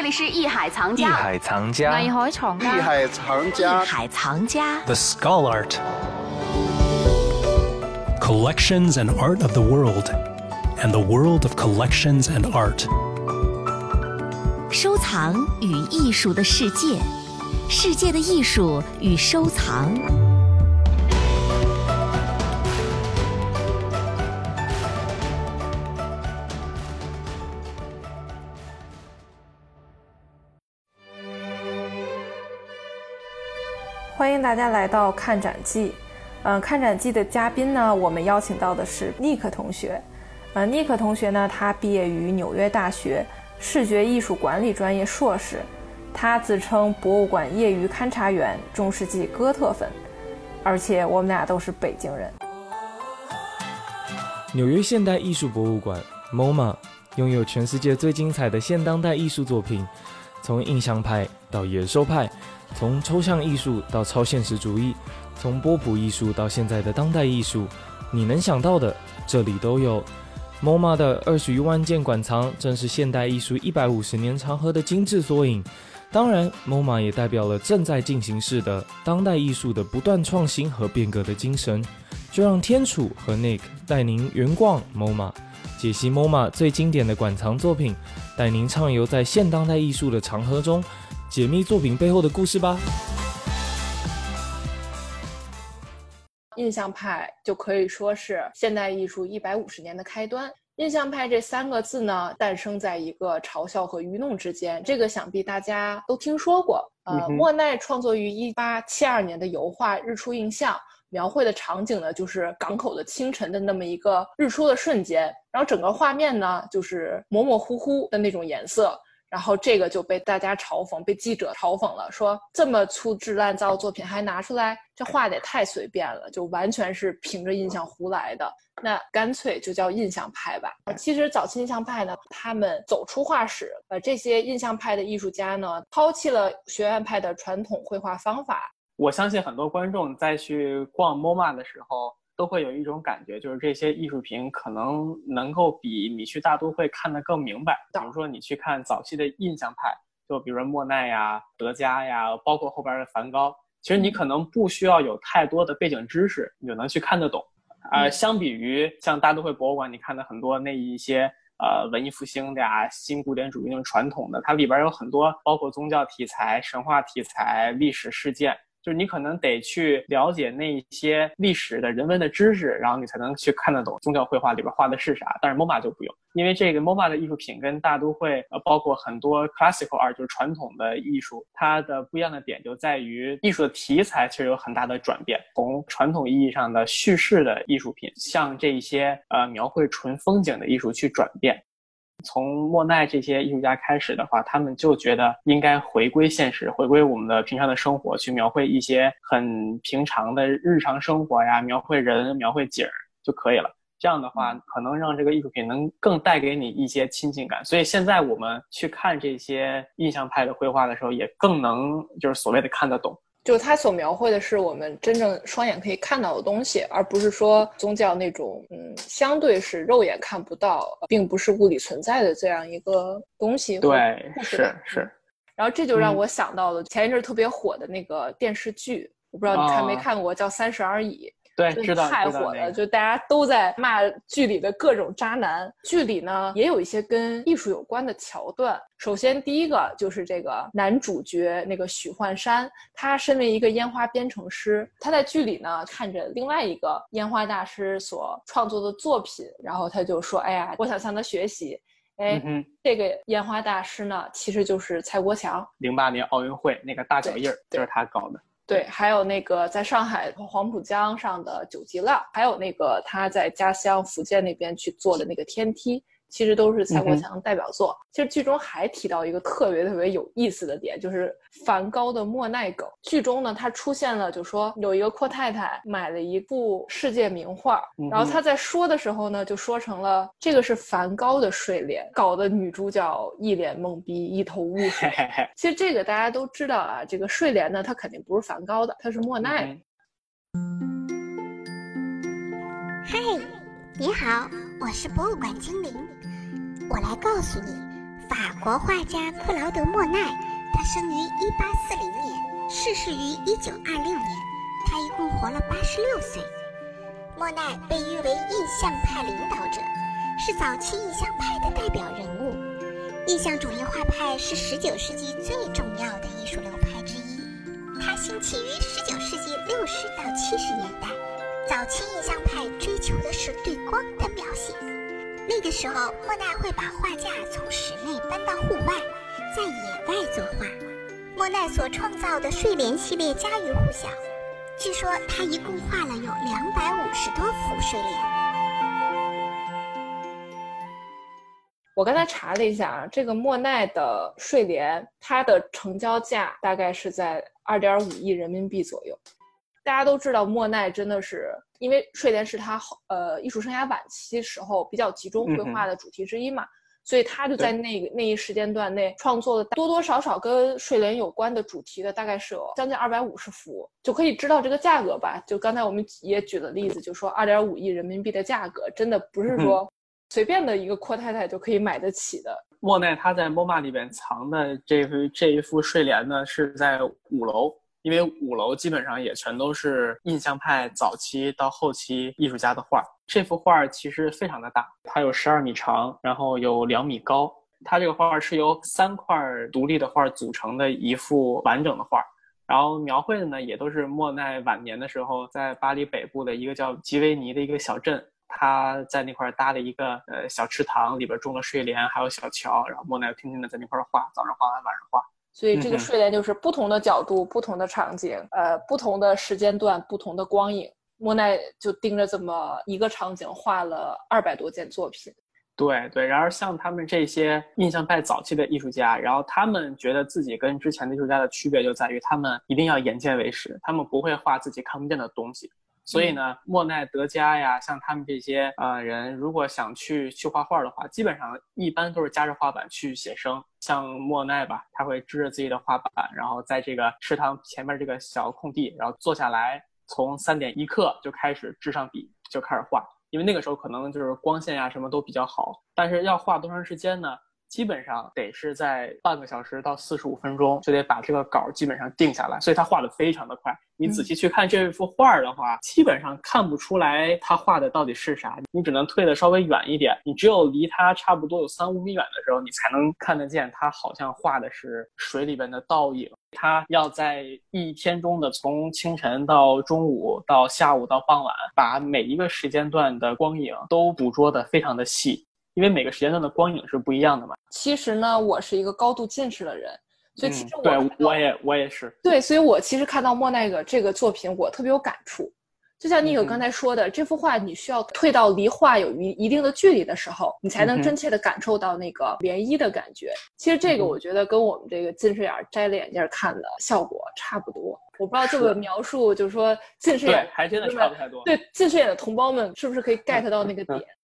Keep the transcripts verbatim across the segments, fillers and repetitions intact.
这里是艺海藏家， 艺海藏家， 艺海藏家， 艺海藏家， 艺海藏家 The Skull Art. Collections and art of the world, and the world of collections and art. 收藏与艺术的世界，世界的艺术与收藏。 欢迎大家来到看展记。嗯、呃，看展记的嘉宾呢，我们邀请到的是尼克同学。呃，尼克同学呢，他毕业于纽约大学视觉艺术管理专业硕士，他自称博物馆业余勘察员、中世纪哥特粉，而且我们俩都是北京人。 纽约现代艺术博物馆 M O M A 拥有全世界最精彩的现当代艺术作品，从印象派到野兽派，从抽象艺术到超现实主义，从波普艺术到现在的当代艺术，你能想到的这里都有。M O M A 的二十余万件馆藏正是现代艺术一百五十年长河的精致缩影。当然 M O M A 也代表了正在进行式的当代艺术的不断创新和变革的精神。就让天楚和 Nick 带您远逛 M O M A， 解析 M O M A 最经典的馆藏作品，带您畅游在现当代艺术的长河中，解密作品背后的故事吧。 印象派就可以说是现代艺术一百五十年的开端。印象派这三个字呢，诞生在一个嘲笑和愚弄之间，这个想必大家都听说过。呃，嗯、莫奈创作于一八七二年的油画《日出印象》，描绘的场景呢，就是港口的清晨的那么一个日出的瞬间，然后整个画面呢，就是模模糊糊的那种颜色。然后这个就被大家嘲讽，被记者嘲讽了，说这么粗制滥造的作品还拿出来，这画得也太随便了，就完全是凭着印象胡来的，那干脆就叫印象派吧。其实早期印象派呢，他们走出画史，呃，这些印象派的艺术家呢，抛弃了学院派的传统绘画方法。 我相信很多观众在去逛 M O M A 的时候，都会有一种感觉，就是这些艺术品可能能够比你去大都会看得更明白。比如说你去看早期的印象派，就比如说莫奈呀、德加呀，包括后边的梵高，其实你可能不需要有太多的背景知识，你就能去看得懂。呃，相比于像大都会博物馆，你看的很多那一些呃文艺复兴的呀、新古典主义那种传统的，它里边有很多包括宗教题材、神话题材、历史事件。就是你可能得去了解那些历史的人文的知识，然后你才能去看得懂宗教绘画里边画的是啥。但是 M O M A 就不用，因为这个 M O M A 的艺术品跟大都会呃，包括很多 classical art 就是传统的艺术，它的不一样的点就在于艺术的题材其实有很大的转变，从传统意义上的叙事的艺术品向这些呃描绘纯风景的艺术去转变。从莫奈这些艺术家开始的话，他们就觉得应该回归现实，回归我们的平常的生活，去描绘一些很平常的日常生活呀，描绘人、描绘景就可以了。这样的话，可能让这个艺术品能更带给你一些亲近感。所以现在我们去看这些印象派的绘画的时候，也更能就是所谓的看得懂。 就是他所描绘的是我们真正双眼可以看到的东西，而不是说宗教那种嗯，相对是肉眼看不到，并不是物理存在的这样一个东西。 对，是是。 然后这就让我想到了前一阵特别火的那个电视剧，嗯、我不知道你看没看过，哦、叫《三十而已》。 对，知道， 太火了， 那个、 就大家都在骂剧里的各种渣男。剧里呢也有一些跟艺术有关的桥段。首先第一个就是这个男主角那个许幻山，他身为一个烟花编程师，他在剧里呢看着另外一个烟花大师所创作的作品，然后他就说，哎呀，我想向他学习。哎、嗯，这个烟花大师呢其实就是蔡国强， 零八年奥运会那个大脚印就是他搞的。 对，还有那个在上海黄浦江上的九级浪，还有那个他在家乡福建那边去做的那个天梯，其实都是蔡国强代表作。嗯、其实剧中还提到一个特别特别有意思的点，就是梵高的莫奈梗。剧中呢，他出现了，就说有一个阔太太买了一部世界名画，嗯、然后他在说的时候呢，就说成了这个是梵高的睡莲，搞得女主角一脸懵逼，一头雾水。其实这个大家都知道啊，这个睡莲呢，它肯定不是梵高的，它是莫奈的。 嗨、嗯，你好，我是博物馆精灵。我来告诉你， 法国画家克劳德·莫奈，他生于一八四零年，逝世于一九二六年，他一共活了八十六岁。莫奈被誉为印象派领导者，是早期印象派的代表人物。印象主义画派是十九世纪最重要的艺术流派之一，它兴起于十九世纪六十到七十年代。早期印象派追求的是对光的描写，那个时候莫奈会把画架从室内搬到户外，在野外作画。莫奈所创造的睡莲系列家喻户晓，据说他一共画了有两百五十多幅睡莲。 我刚才查了一下啊，这个莫奈的睡莲，它的成交价大概是在二点五亿人民币左右。大家都知道，莫奈真的是因为睡莲是他呃艺术生涯晚期时候比较集中绘画的主题之一嘛，嗯、所以他就在那个那一时间段内创作了多多少少跟睡莲有关的主题的，大概是有将近二百五十幅，就可以知道这个价格吧。就刚才我们也举了例子，就说二点五亿人民币的价格，真的不是说随便的一个阔太太就可以买得起的。 嗯、莫奈他在 M O M A 里边藏的这幅这一幅睡莲呢，是在五楼。因为五楼基本上也全都是印象派早期到后期艺术家的画。这幅画其实非常的大，它有十二米长，然后有两米高。它这个画是由三块独立的画组成的一幅完整的画，然后描绘的呢也都是莫奈晚年的时候在巴黎北部的一个叫吉维尼的一个小镇，他在那块搭了一个呃小池塘，里边种了睡莲还有小桥，然后莫奈天天的在那块画，早上画完晚上画。 所以这个睡莲就是不同的角度、嗯、不同的场景，呃，不同的时间段、不同的光影。莫奈就盯着这么一个场景画了二百多件作品。 对对，然而像他们这些印象派早期的艺术家，然后他们觉得自己跟之前的艺术家的区别就在于，他们一定要眼见为实，他们不会画自己看不见的东西。所以呢，莫奈、德加呀，像他们这些呃人，如果想去去画画的话，基本上一般都是夹着画板去写生。像莫奈吧，他会支着自己的画板，然后在这个池塘前面这个小空地，然后坐下来，从三点一刻就开始支上笔，就开始画。因为那个时候可能就是光线呀什么都比较好，但是要画多长时间呢？基本上得是在半个小时到四十五分钟就得把这个稿基本上定下来，所以他画的非常的快。你仔细去看这幅画的话，基本上看不出来他画的到底是啥，你只能退得稍微远一点，你只有离他差不多有三五米远的时候，你才能看得见他好像画的是水里边的倒影。他要在一天中的从清晨到中午到下午到傍晚，把每一个时间段的光影都捕捉得非常的细。因为每个时间段的光影是不一样的嘛。 其实呢，我是一个高度近视的人，所以其实我、 嗯、对我也我也是对，所以我其实看到莫奈的这个作品，我特别有感触。就像尼克刚才说的、嗯、这幅画你需要退到离画有一一定的距离的时候，你才能真切的感受到那个涟漪的感觉、嗯、其实这个我觉得跟我们这个近视眼摘了眼镜看的效果差不多。我不知道这个描述就是说近视眼对还真的差不太多。 对近视眼的同胞们是不是可以 get 到那个点、嗯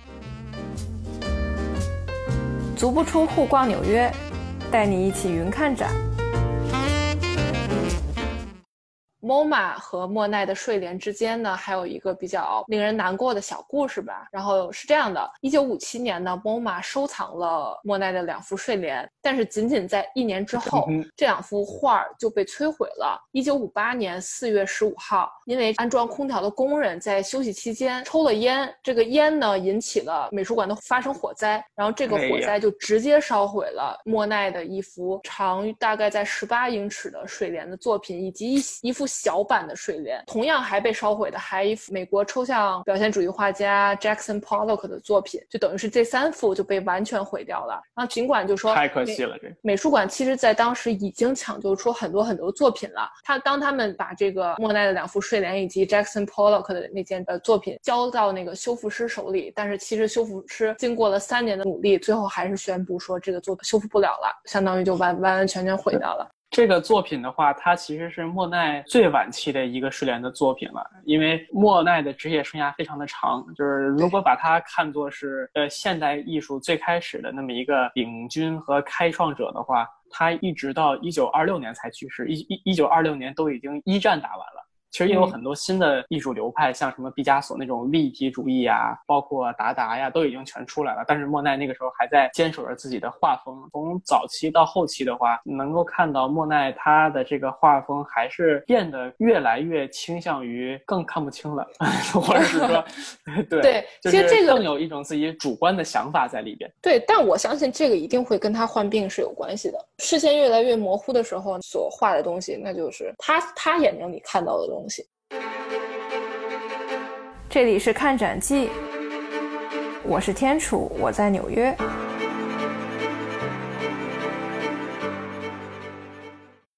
足不出户逛纽约，带你一起云看展。M O M A 和莫奈的睡莲之间呢，还有一个比较令人难过的小故事吧。然后是这样的，一九五七年呢 ，M O M A 收藏了莫奈的两幅睡莲，但是仅仅在一年之后，嗯、这两幅画就被摧毁了。一九五八年四月十五号，因为安装空调的工人在休息期间抽了烟，这个烟呢引起了美术馆的发生火灾，然后这个火灾就直接烧毁了莫奈的一幅长大概在十八英尺的睡莲的作品，以及一一幅小版的睡莲。同样还被烧毁的还一幅美国抽象表现主义画家 Jackson Pollock 的作品，就等于是这三幅就被完全毁掉了。然后尽管就说太可惜了，这美术馆其实在当时已经抢救出很多很多作品了。他当他们把这个莫奈的两幅睡莲以及 Jackson Pollock 的那件呃作品交到那个修复师手里，但是其实修复师经过了三年的努力，最后还是宣布说这个作品修复不了了，相当于就完完完全全毁掉了。 这个作品的话，它其实是莫奈最晚期的一个睡莲的作品了，因为莫奈的职业生涯非常的长，就是如果把它看作是呃现代艺术最开始的那么一个领军和开创者的话，他一直到一九二六年才去世，一一九二六年都已经一战打完了。 其实也有很多新的艺术流派，像什么毕加索那种立体主义啊，包括达达呀，都已经全出来了。但是莫奈那个时候还在坚守着自己的画风。从早期到后期的话，能够看到莫奈他的这个画风还是变得越来越倾向于更看不清了，或者是说，对对， 就其实这个更有一种自己主观的想法在里边。 对，但我相信这个一定会跟他患病是有关系的。视线越来越模糊的时候，所画的东西，那就是他他眼睛里看到的东西。这里是看展记，我是天楚，我在纽约。